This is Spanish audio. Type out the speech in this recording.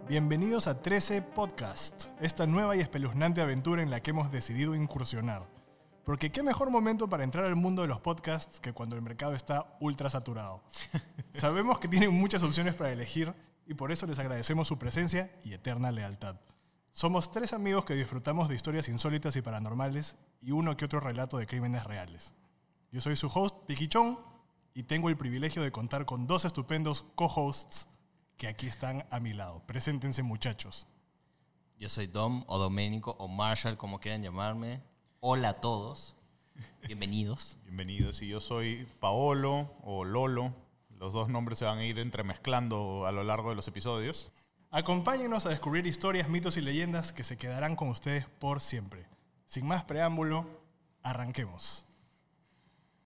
Bienvenidos a 13 Podcast, esta nueva y espeluznante aventura en la que hemos decidido incursionar. Porque qué mejor momento para entrar al mundo de los podcasts que cuando el mercado está ultra saturado. Sabemos que tienen muchas opciones para elegir y por eso les agradecemos su presencia y eterna lealtad. Somos 3 amigos que disfrutamos de historias insólitas y paranormales y uno que otro relato de crímenes reales. Yo soy su host, Piquichón, y tengo el privilegio de contar con 2 estupendos co-hosts que aquí están a mi lado. Preséntense, muchachos. Yo soy Dom, o Doménico, o Marshall, como quieran llamarme. Hola a todos. Bienvenidos. Bienvenidos. Y yo soy Paolo, o Lolo. Los 2 nombres se van a ir entremezclando a lo largo de los episodios. Acompáñenos a descubrir historias, mitos y leyendas que se quedarán con ustedes por siempre. Sin más preámbulo, arranquemos.